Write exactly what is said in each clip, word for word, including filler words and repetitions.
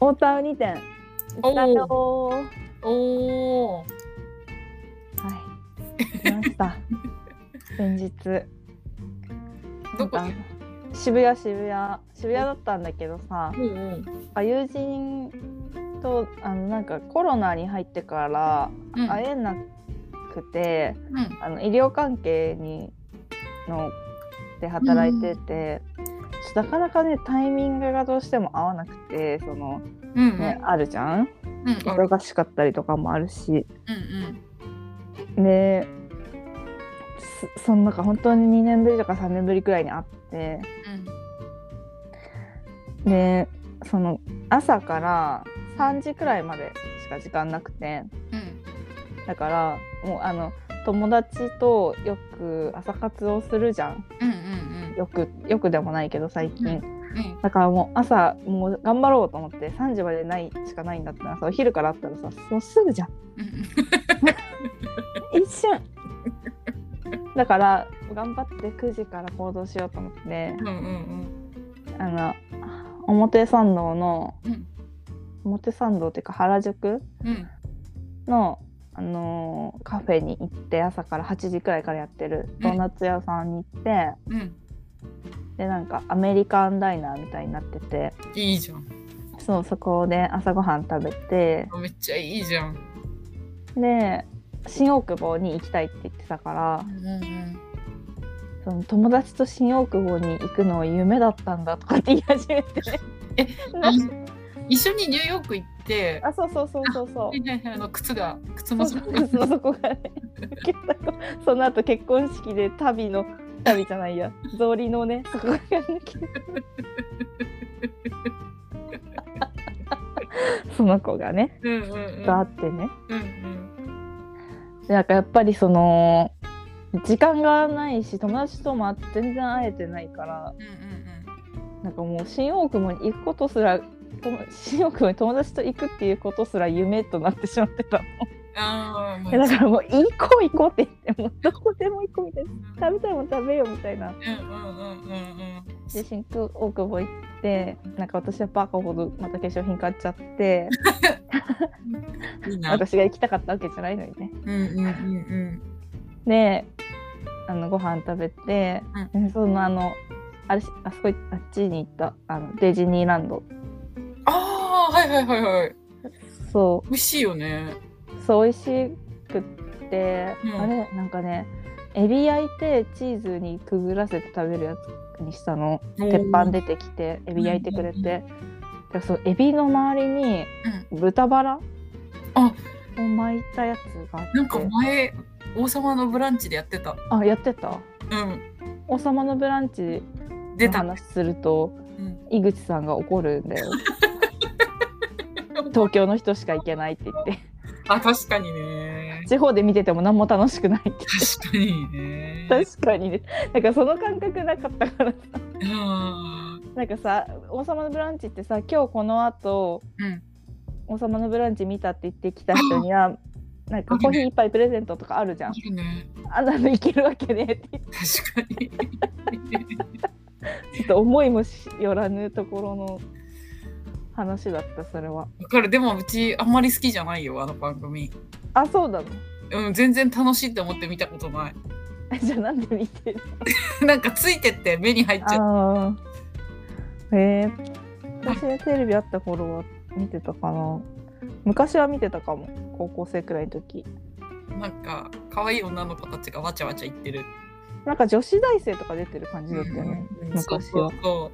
オータウにてん行ったよー。 おー。 はい行きました先日どこ？ 渋谷渋谷渋谷だったんだけどさ、 うんうん、 あ友人とあのなんかコロナに入ってから会えなくて、うん、あの医療関係にので働いてて、うん、なかなかねタイミングがどうしても合わなくてその、うんうんね、あるじゃん、うん、忙しかったりとかもあるし、うんうん、でそのなんか本当ににねんぶりとかさんねんぶりくらいに会って、うん、でその朝からさんじくらいまでしか時間なくて、うん、だからもうあの友達とよく朝活をするじゃん、うんうんうん、よくよくでもないけど最近、うんうん、だからもう朝もう頑張ろうと思ってさんじまでないしかないんだったらさお昼からあったらさもうすぐじゃん一瞬だから頑張ってくじから行動しようと思って、うんうんうん、あの表参道の、うん、表参道っていうか原宿の、うんあのー、カフェに行って朝からはちじくらいからやってるドーナツ屋さんに行って、うん、でなんかアメリカンダイナーみたいになってていいじゃん。 そうそこで朝ごはん食べてめっちゃいいじゃん。 で新大久保に行きたいって言ってたから、うんうん、その友達と新大久保に行くのは夢だったんだとかって言い始めてえ一緒にニューヨーク行ってあそうそうそうそうそうあの靴が靴の底が靴の底がねその後結婚式で旅の旅じゃないや草履のねそこが抜けその子がね、うんうんうん、と会ってね、うんうん、でなんかやっぱりその時間がないし友達とも全然会えてないから、うんうんうん、なんかもう新大久保に行くことすら新大久保に友達と行くっていうことすら夢となってしまってたのあだからもう行こう行こうって言ってもうどこでも行こうみたいな食べたいもん食べようみたいな、うんうんうんうん、で新大久保行ってなんか私はバカほどまた化粧品買っちゃっていいな私が行きたかったわけじゃないのにね、うんうんうんうん、であのご飯食べて、うん、そのあのあれあそこあっちに行ったあのディズニーランドああはいはいはいはいそう美味しいよねそう美味しくって、うん、あれなんかねエビ焼いてチーズにくぐらせて食べるやつにしたの鉄板出てきてエビ焼いてくれて、うん、そうエビの周りに豚バラを巻いたやつがあってなんか前王様のブランチでやってたあやってたうん王様のブランチの話すると、うん、井口さんが怒るんだよ東京の人しか行けないって言ってあ確かにね地方で見てても何も楽しくないって確かにね確かにねなんかその感覚なかったからさなんかさ王様のブランチってさ今日この後、うん、王様のブランチ見たって言ってきた人にはなんかコーヒー一杯プレゼントとかあるじゃん、ね、あんなのいけるわけねって言って確かにちょっと思いもよらぬところの話だったそれは。 わかるでもうちあんまり好きじゃないよあの番組。 あそうだの、うん、全然楽しいって思って見たことない。 じゃあなんで見てるのなんかついてって目に入っちゃう。あへえ私ねテレビあった頃は見てたかな昔は見てたかも高校生くらいの時。 なんか可愛い女の子たちがわちゃわちゃ言ってるなんか女子大生とか出てる感じだったよね、うん、昔は。そうそうそう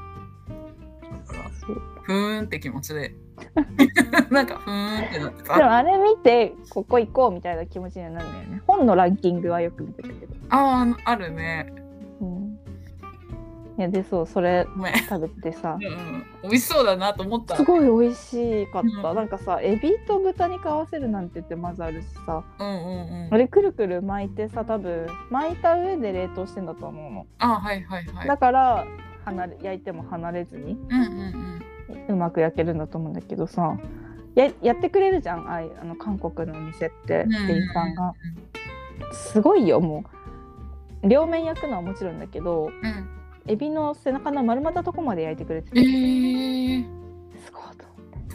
ふーんって気持ちでなんかふーんってなってた。 でもあれ見てここ行こうみたいな気持ちにはなるんだよね。本のランキングはよく見てたけどあああるね、 うん、いやでそうそれ食べてさ、 うんうん、美味しそうだなと思ったすごい美味しかった、うん、なんかさエビと豚肉合わせるなんてってまずあるしさ、うんうんうん、あれくるくる巻いてさ多分巻いた上で冷凍してんだと思うの。 あはいはいはい。 だから離れ焼いても離れずに、うんうんうん、うまく焼けるんだと思うんだけどさ や, やってくれるじゃん あ, あの韓国のお店って店員さんが、うんうん、すごいよもう両面焼くのはもちろんだけど、うん、エビの背中の丸まったとこまで焼いてくれてて、えー、すごいと思って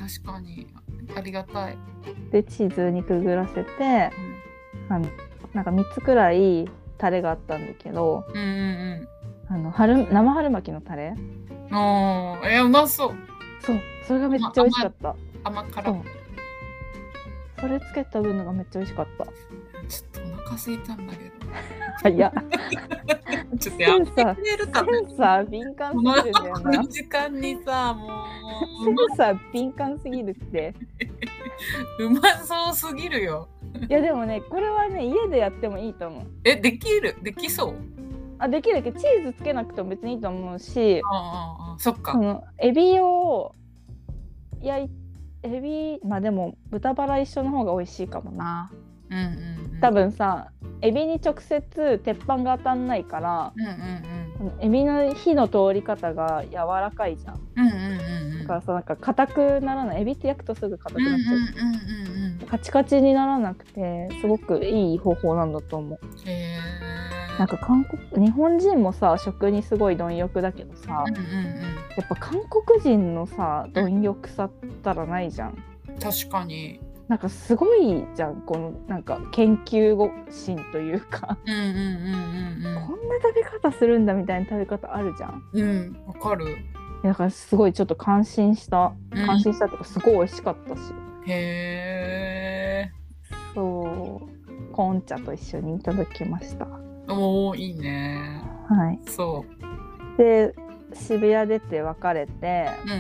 確かにありがたい。 でチーズにくぐらせて、うん、あのなんかみっつくらいタレがあったんだけど、 うんうんうん、 あの春生春巻きのタレ。 おー、えー、うまそう。 そう、それがめっちゃ美味しかった。 甘辛。 そう、それつけた分のがめっちゃ美味しかった。 ちょっとお腹空いたんだけど。 早っ。 ちょっとやめてくれるかな。 センサー敏感すぎるんだよな。 この時間にさ、もう。 センサー敏感すぎるって。 うまそうすぎるよ。 いやでもね、これはね、家でやってもいいと思う。 え、できるできそう。 あ、できるけどチーズつけなくても別にいいと思うし、 ああ、そっか。 そのエビを焼いエビ、まあでも豚バラ一緒の方が美味しいかもな。 うんうんうん、 多分さ、エビに直接鉄板が当たんないから、 うんうんうん、 エビの火の通り方が柔らかいじゃん。 うんうんうんうん、 だからさ、なんか硬くならない。エビって焼くとすぐ硬くなっちゃう。 うんうんうんうん、 カチカチにならなくてすごくいい方法なんだと思う。 へー。 なんか韓国日本人もさ、食にすごい貪欲だけどさ、 うんうんうん、 やっぱ韓国人のさ貪欲さったらないじゃん。 確かに。 なんかすごいじゃん、このなんか研究心というか、 うんうんうんうんうん、 こんな食べ方するんだみたいな食べ方あるじゃん。 うん、わかる。 だからすごいちょっと感心した感心したっていうか、すごい美味しかったし、 うん、へーそうコーン茶と一緒にいただきました。 おー、いいね。 はい。 そうで渋谷出て別れて、 うん、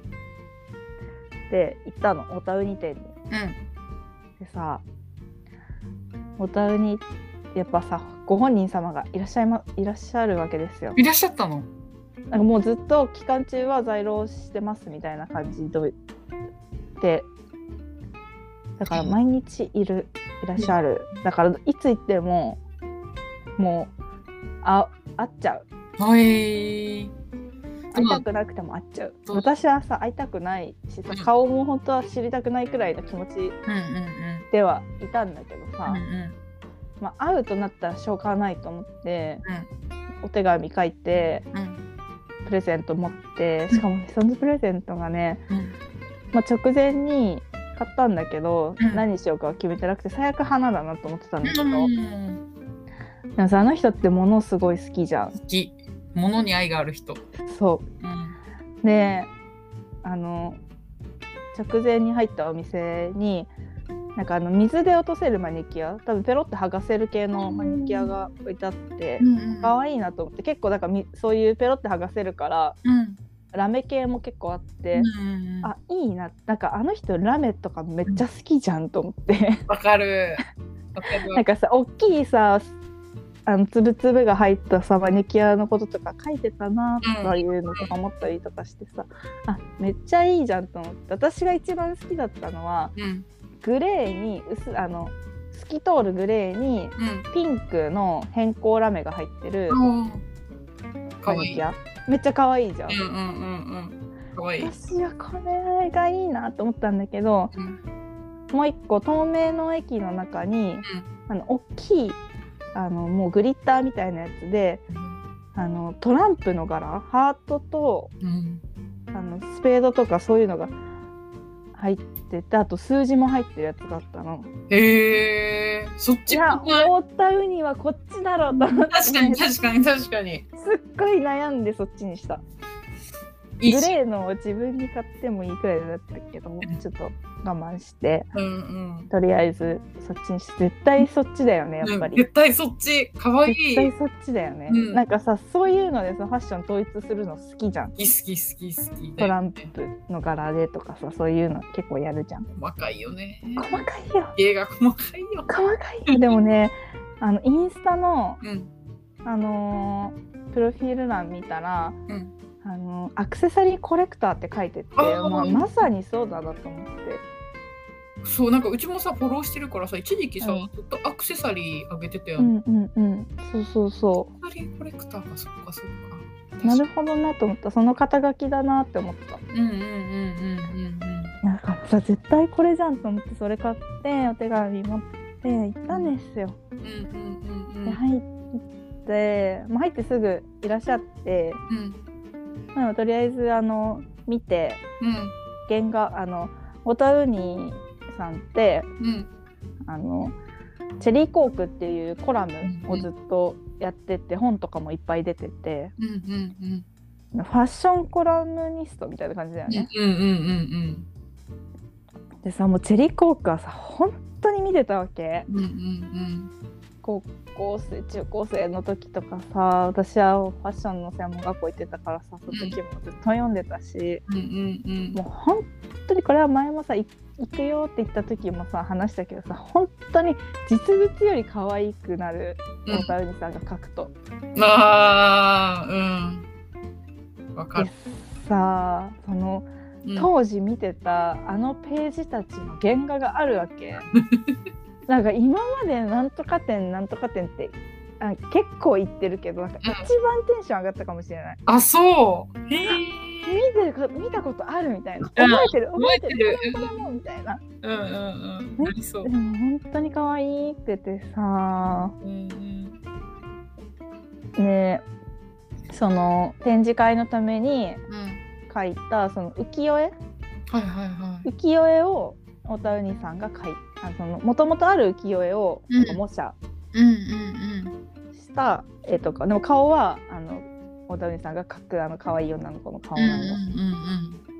で行ったのオタウニ店に。 うん、 でさ、オタウニやっぱさ、ご本人様がいらっしゃいまいらっしゃるわけですよ。 いらっしゃったの？ なんかもうずっと期間中は在労してますみたいな感じで、だから毎日いるいらっしゃる。だからいつ行ってももうあ会っちゃう。 はい。 会いたくなくても会っちゃう。私はさ、会いたくないしさ、顔も本当は知りたくないくらいの気持ちではいたんだけどさ、うんうん、まあ、会うとなったらしょうがないと思って、うん、お手紙書いて、うん、プレゼント持って、しかも、ね、そのプレゼントがね、うん、まあ、直前に買ったんだけど、うん、何しようかは決めてなくて、最悪花だなと思ってたんだけど、うん、でもさ、あの人って物すごい好きじゃん。 好き。物に愛がある人。 そう、うん、で、あの直前に入ったお店になんかあの水で落とせるマニキュア、多分ペロって剥がせる系のマニキュアが置いてあって、うん、可愛いなと思って、結構だからそういうペロって剥がせるから、うん、ラメ系も結構あって、うん、あ、いいな、なんかあの人ラメとかめっちゃ好きじゃんと思ってわかるなんかさ、大きいさ、あのつぶつぶが入ったさマニキュアのこととか書いてたなとかいうのとか思ったりとかしてさ、うん、あ、めっちゃいいじゃんと思って、私が一番好きだったのは、うん、グレーに薄あの透き通るグレーにピンクの偏光ラメが入ってるマニキュア、うん、めっちゃ可愛いじゃん。うんうんうんうん、可愛い。私はこれがいいなと思ったんだけど、うん、もう一個透明の液の中に、うん、あの大きいあのもうグリッターみたいなやつで、うん、あのトランプの柄、ハートと、うん、あのスペードとかそういうのが入ってて、あと数字も入ってるやつがあったの。 へえ、そっち。いや、思ったウニはこっちだろうと思って、 確かに確かに確かにすっごい悩んでそっちにした。グレーのを自分に買ってもいいくらいだったけど、ちょっと我慢して、うんうん、とりあえずそっちにして、絶対そっちだよね、やっぱり、 うん、絶対そっち、かわいい。 絶対そっちだよね、うん、なんかさ、そういうのでさ、ファッション統一するの好きじゃん。 好き好き好き好き、ね、 トランプの柄でとかさ、そういうの結構やるじゃん。 細かいよね。 細かいよ。 絵が細かいよ。 細かいよ。でもね、あのインスタの、うん、あのー、プロフィール欄見たら、うん、あのアクセサリーコレクターって書いてて、まあ、まさにそうだなと思って。 そう、なんかうちもさフォローしてるからさ、一時期さ、うん、ずっとアクセサリーあげてたよね。うんうんうん、そうそうそう。 アクセサリーコレクターか、そっかそっか。なるほどなと思った。その肩書きだなって思った。うんうんうんうんうんうん。だからさ、絶対これじゃんと思って、それ買ってお手紙持って行ったんですよ。うんうんうんうん。で入って、まあ、入ってすぐいらっしゃって。うん、まあ、とりあえずあの見て、うん、 原画あの太田ウニさんって、 うん、 あのチェリーコークっていうコラムをずっとやってて、うん、本とかもいっぱい出てて、 うんうんうん、ファッションコラムニストみたいな感じだよね。 うんうんうんうん。 でさ、もうチェリーコークはさ本当に見てたわけ、 うんうんうん、 高校生中高生の時とかさ、私はファッションの専門学校行ってたからさ、その時もずっと読んでたし、 うんうんうん、 もう本当にこれは前もさ行くよって言った時もさ話したけどさ、本当に実物より可愛くなる太田ウニさんが描くと、 うん、あーうんわかる。 でさ、その当時見てたあのページたちの原画があるわけなんか今までなんとか店なんとか店ってあ結構言ってるけど、なんか一番テンション上がったかもしれない。 あ、そうへえ見てる見たことあるみたいな、覚えてる、うん、覚えてるみたいな、 うんうんうん、なりそう。 でも本当に可愛くてさ、 うんうん、 ね、その展示会のために描いたその浮世絵、 はいはいはい、 浮世絵を太田ウニさんが描いた、そのもともとある浮世絵を模写した絵とか、うんうんうん、でも顔はあの太田ウニさんが描くあの可愛い女の子の顔なの、うんうんうん、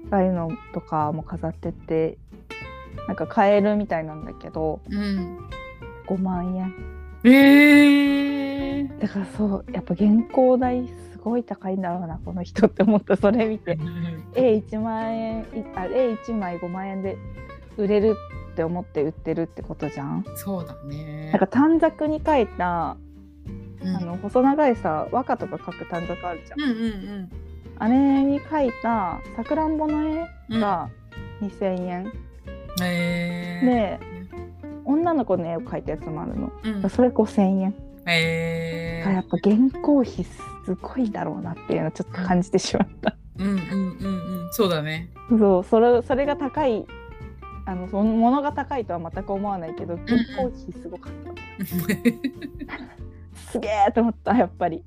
ああいうのとかも飾ってて、なんか買えるみたいなんだけど、うん、ごまんえん、 えー、 だからそうやっぱ原稿代すごい高いんだろうなこの人って思った。それ見て絵いちまんえん、あ絵いちまいごまんえんで売れるって思って売ってるってことじゃん。 そうだね。 なんか短冊に書いた、うん、あの細長いさ和歌とか書く短冊あるじゃん、うんうんうん、あれに書いたさくらんぼの絵がにせんえん、うん、えー、で女の子の絵を描いたやつもあるの、うん、それごせんえん、えー、やっぱ原稿費すごいだろうなっていうのをちょっと感じてしまった、 うんうんうんうん、そうだね。 そう、それ、それが高い、あのその物が高いとは全く思わないけど原稿費すごかった、うん、すげーと思った。やっぱり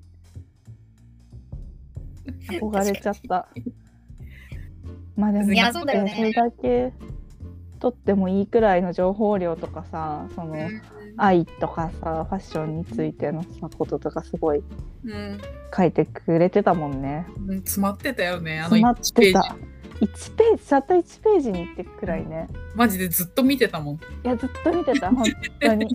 憧れちゃったまあでも、ね、それだけ取ってもいいくらいの情報量とかさ、その、うん、愛とかさファッションについてのさこととかすごい書いてくれてたもんね、 うん、詰まってたよね。あの詰まってたいちページ、たったいちページにってくらいね。 マジでずっと見てたもん。いやずっと見てた本当に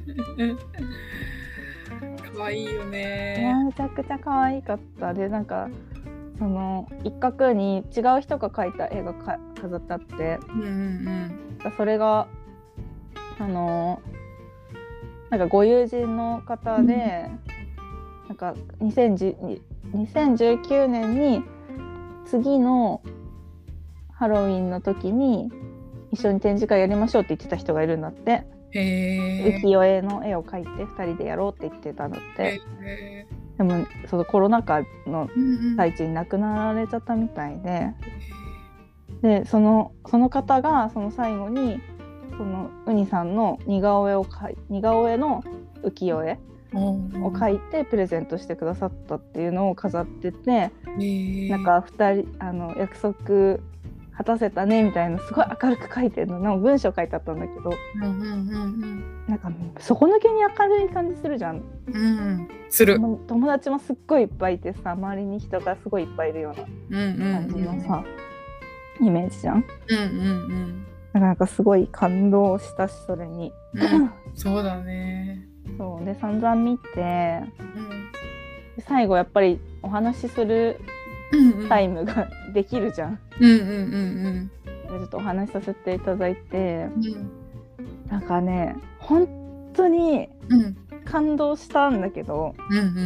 可愛いよね。 めちゃくちゃ可愛かった。でなんかその一角に違う人が描いた絵がか飾ってあって、うんうんうん、それがあのなんかご友人の方で、うん、なんかにせんじゅうきゅうねんに次のハロウィンの時に一緒に展示会やりましょうって言ってた人がいるんだって。へ浮世絵の絵を描いてふたりでやろうって言ってたんだって。へでもそのコロナ禍の最中に亡くなられちゃったみたいで、うんうん、でそのその方がその最後にそのウニさんの似顔絵を描い似顔絵の浮世絵を描いてプレゼントしてくださったっていうのを飾ってて、なんかふたりあの約束果たせたねみたいなすごい明るく書いてるの、なんか文章書いてあったんだけど、うんうんうんうん、なんか底抜けに明るい感じするじゃん、うん、 する。 友達もすっごいいっぱいいてさ、周りに人がすごいいっぱいいるような感じのさ、うんうんうん、イメージじゃん、うんうんうん、なんかすごい感動したし、それに、 うん、そうだね。 そうで散々見て、うん、で最後やっぱりお話しするタイムができるじゃん、うんうんうんうん、ちょっとお話しさせていただいて、うん、なんかね本当に感動したんだけど、うんうんうん、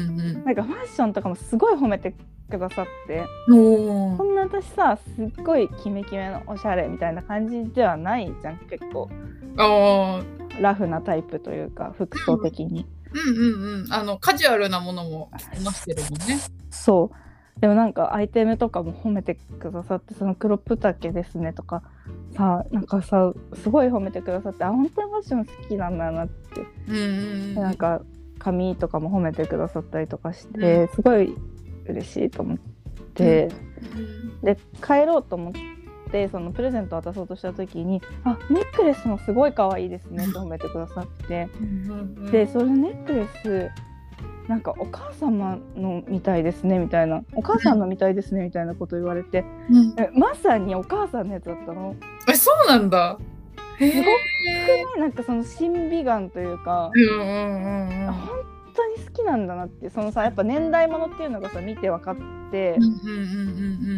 なんかファッションとかもすごい褒めてくださって、そんな私さすっごいキメキメのおしゃれみたいな感じではないじゃん、結構あラフなタイプというか服装的に、 うんうんうん、あのカジュアルなものも着こなしてるもんね。 そうでもなんかアイテムとかも褒めてくださって、そのクロップ丈ですねとかさ、なんかさすごい褒めてくださって、あ本当にファッション好きなんだなって、うんうんうん、なんか髪とかも褒めてくださったりとかして、うん、すごい嬉しいと思って、うんうん、で帰ろうと思っってそのプレゼント渡そうとした時に「あ、ネックレスもすごい可愛いですね」と褒めてくださって、でそれネックレスなんかお母様のみたいですねみたいな、お母さんのみたいですねみたいなこと言われて、うん、まさにお母さんのやつだったの。 え、そうなんだ。 へすごくない？なんかその審美眼というか、うんうんうんうん、本当に好きなんだなって、そのさやっぱ年代物っていうのがさ見て分かって、うんうんうんうん、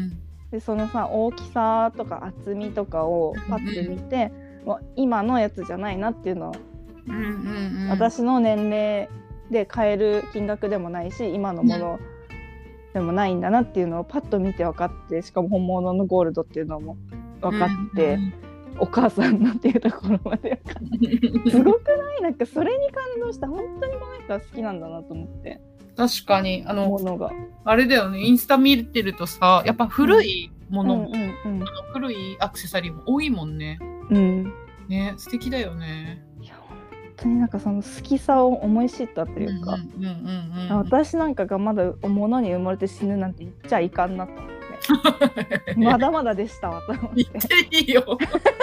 でそのさ大きさとか厚みとかをパッて見て、うんうん、今のやつじゃないなっていうのを、うんうんうん、私の年齢で買える金額でもないし今のものでもないんだなっていうのをパッと見て分かって、しかも本物のゴールドっていうのも分かって、うんうん、お母さんのっていうところまで分かってすごくない？なんかそれに感動した。本当にこの人は好きなんだなと思って。 確かにあのものがあれだよね、インスタ見てるとさやっぱ古いものも、うんうんうん、あの古いアクセサリーも多いもんね。うん、ね、素敵だよね。 いや本当になんかその好きさを思い知ったっていうか、私なんかがまだ物に埋もれて死ぬなんて言っちゃいかんなと思ってまだまだでしたわと思って。 言っていいよ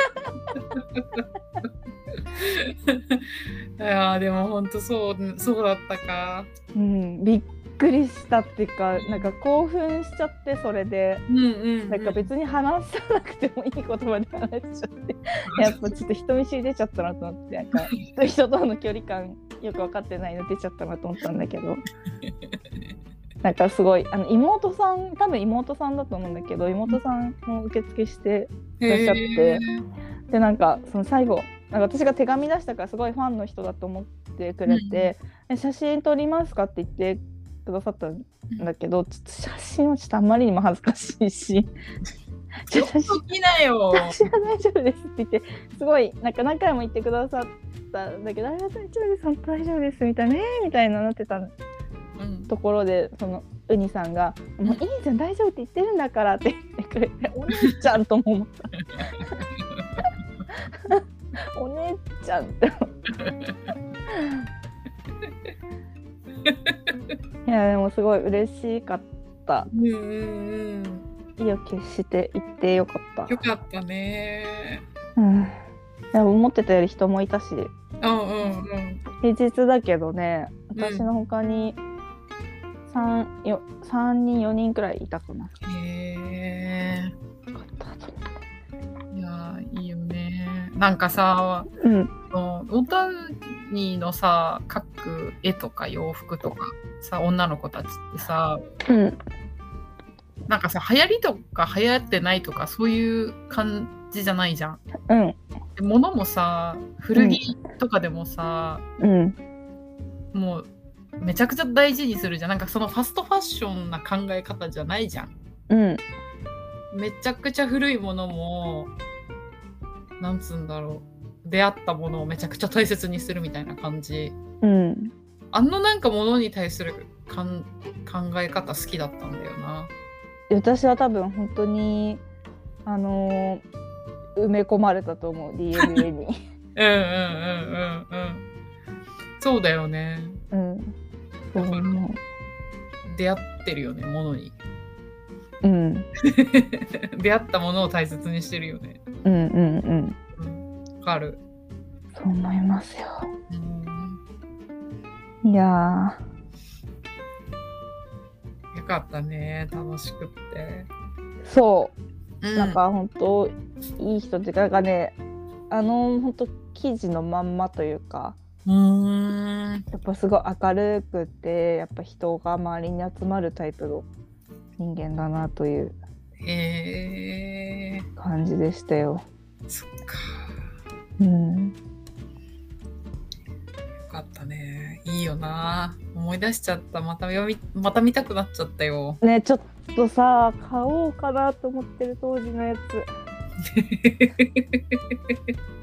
いやでも本当そうそうだったか。 うん、びっくりしたっていうか、なんか興奮しちゃって、それで、うんうんうん、なんか別に話さなくてもいい言葉で話しちゃってやっぱちょっと人見知り出ちゃったなと思って、なんか人との距離感よく分かってないの出ちゃったなと思ったんだけどなんかすごいあの妹さん、多分妹さんだと思うんだけど、妹さんも受付していらっしゃって、でなんかその最後なんか私が手紙出したからすごいファンの人だと思ってくれて、うん、写真撮りますかって言ってくださったんだけど、ちょっと写真はちょっとあまりにも恥ずかしいしちょっと好きだよ写真は大丈夫ですって言ってすごいなんか何回も言ってくださったんだけど、あれは大丈夫です本当大丈夫ですみたいなねみたいななってたところで、そのウニさんが、うん、もういいじゃん大丈夫って言ってるんだからって言ってくれて、お姉ちゃんとも思ったお姉ちゃんっていやでもすごい嬉しかった。うんうんうん、意を決して行ってよかった。 よかったね。 うん。でも思ってたより人もいたし、 うんうんうん、 平日だけどね、私の他にさん、よさんにんよにんくらいいたかな。へえ。よかったと思って。いやいいよね。なんかさ、うん、オタニーのさ描く絵とか洋服とかさ女の子たちってさ、うん、なんかさ流行りとか流行ってないとかそういう感じじゃないじゃん。うん、で物もさ古着とかでもさ、うん、もうめちゃくちゃ大事にするじゃん。なんかそのファストファッションな考え方じゃないじゃん。うん、めちゃくちゃ古いものもなんつうんだろう、出会ったものをめちゃくちゃ大切にするみたいな感じ、うん、あのなんかものに対するかん考え方好きだったんだよな。 私は多分本当にあのー、埋め込まれたと思う ディーエヌエー にうんうんうんうんうんそうだよね。うん、そう思う。出会ってるよねものに。うん、出会ったものを大切にしてるよね。うんうんうん。わかる。 そう思いますよ。うん、いやー。よかったね、楽しくって。 そう、うん、なんか本当いい人っていうか、なんかね、あの本当記事のまんまというか。うーん、やっぱすごい明るくてやっぱ人が周りに集まるタイプの人間だなという感じでしたよ。 そっか。 うん。よかったね。いいよな。思い出しちゃった。また読みまた見たくなっちゃったよ。 ね、ちょっとさ買おうかなと思ってる当時のやつ。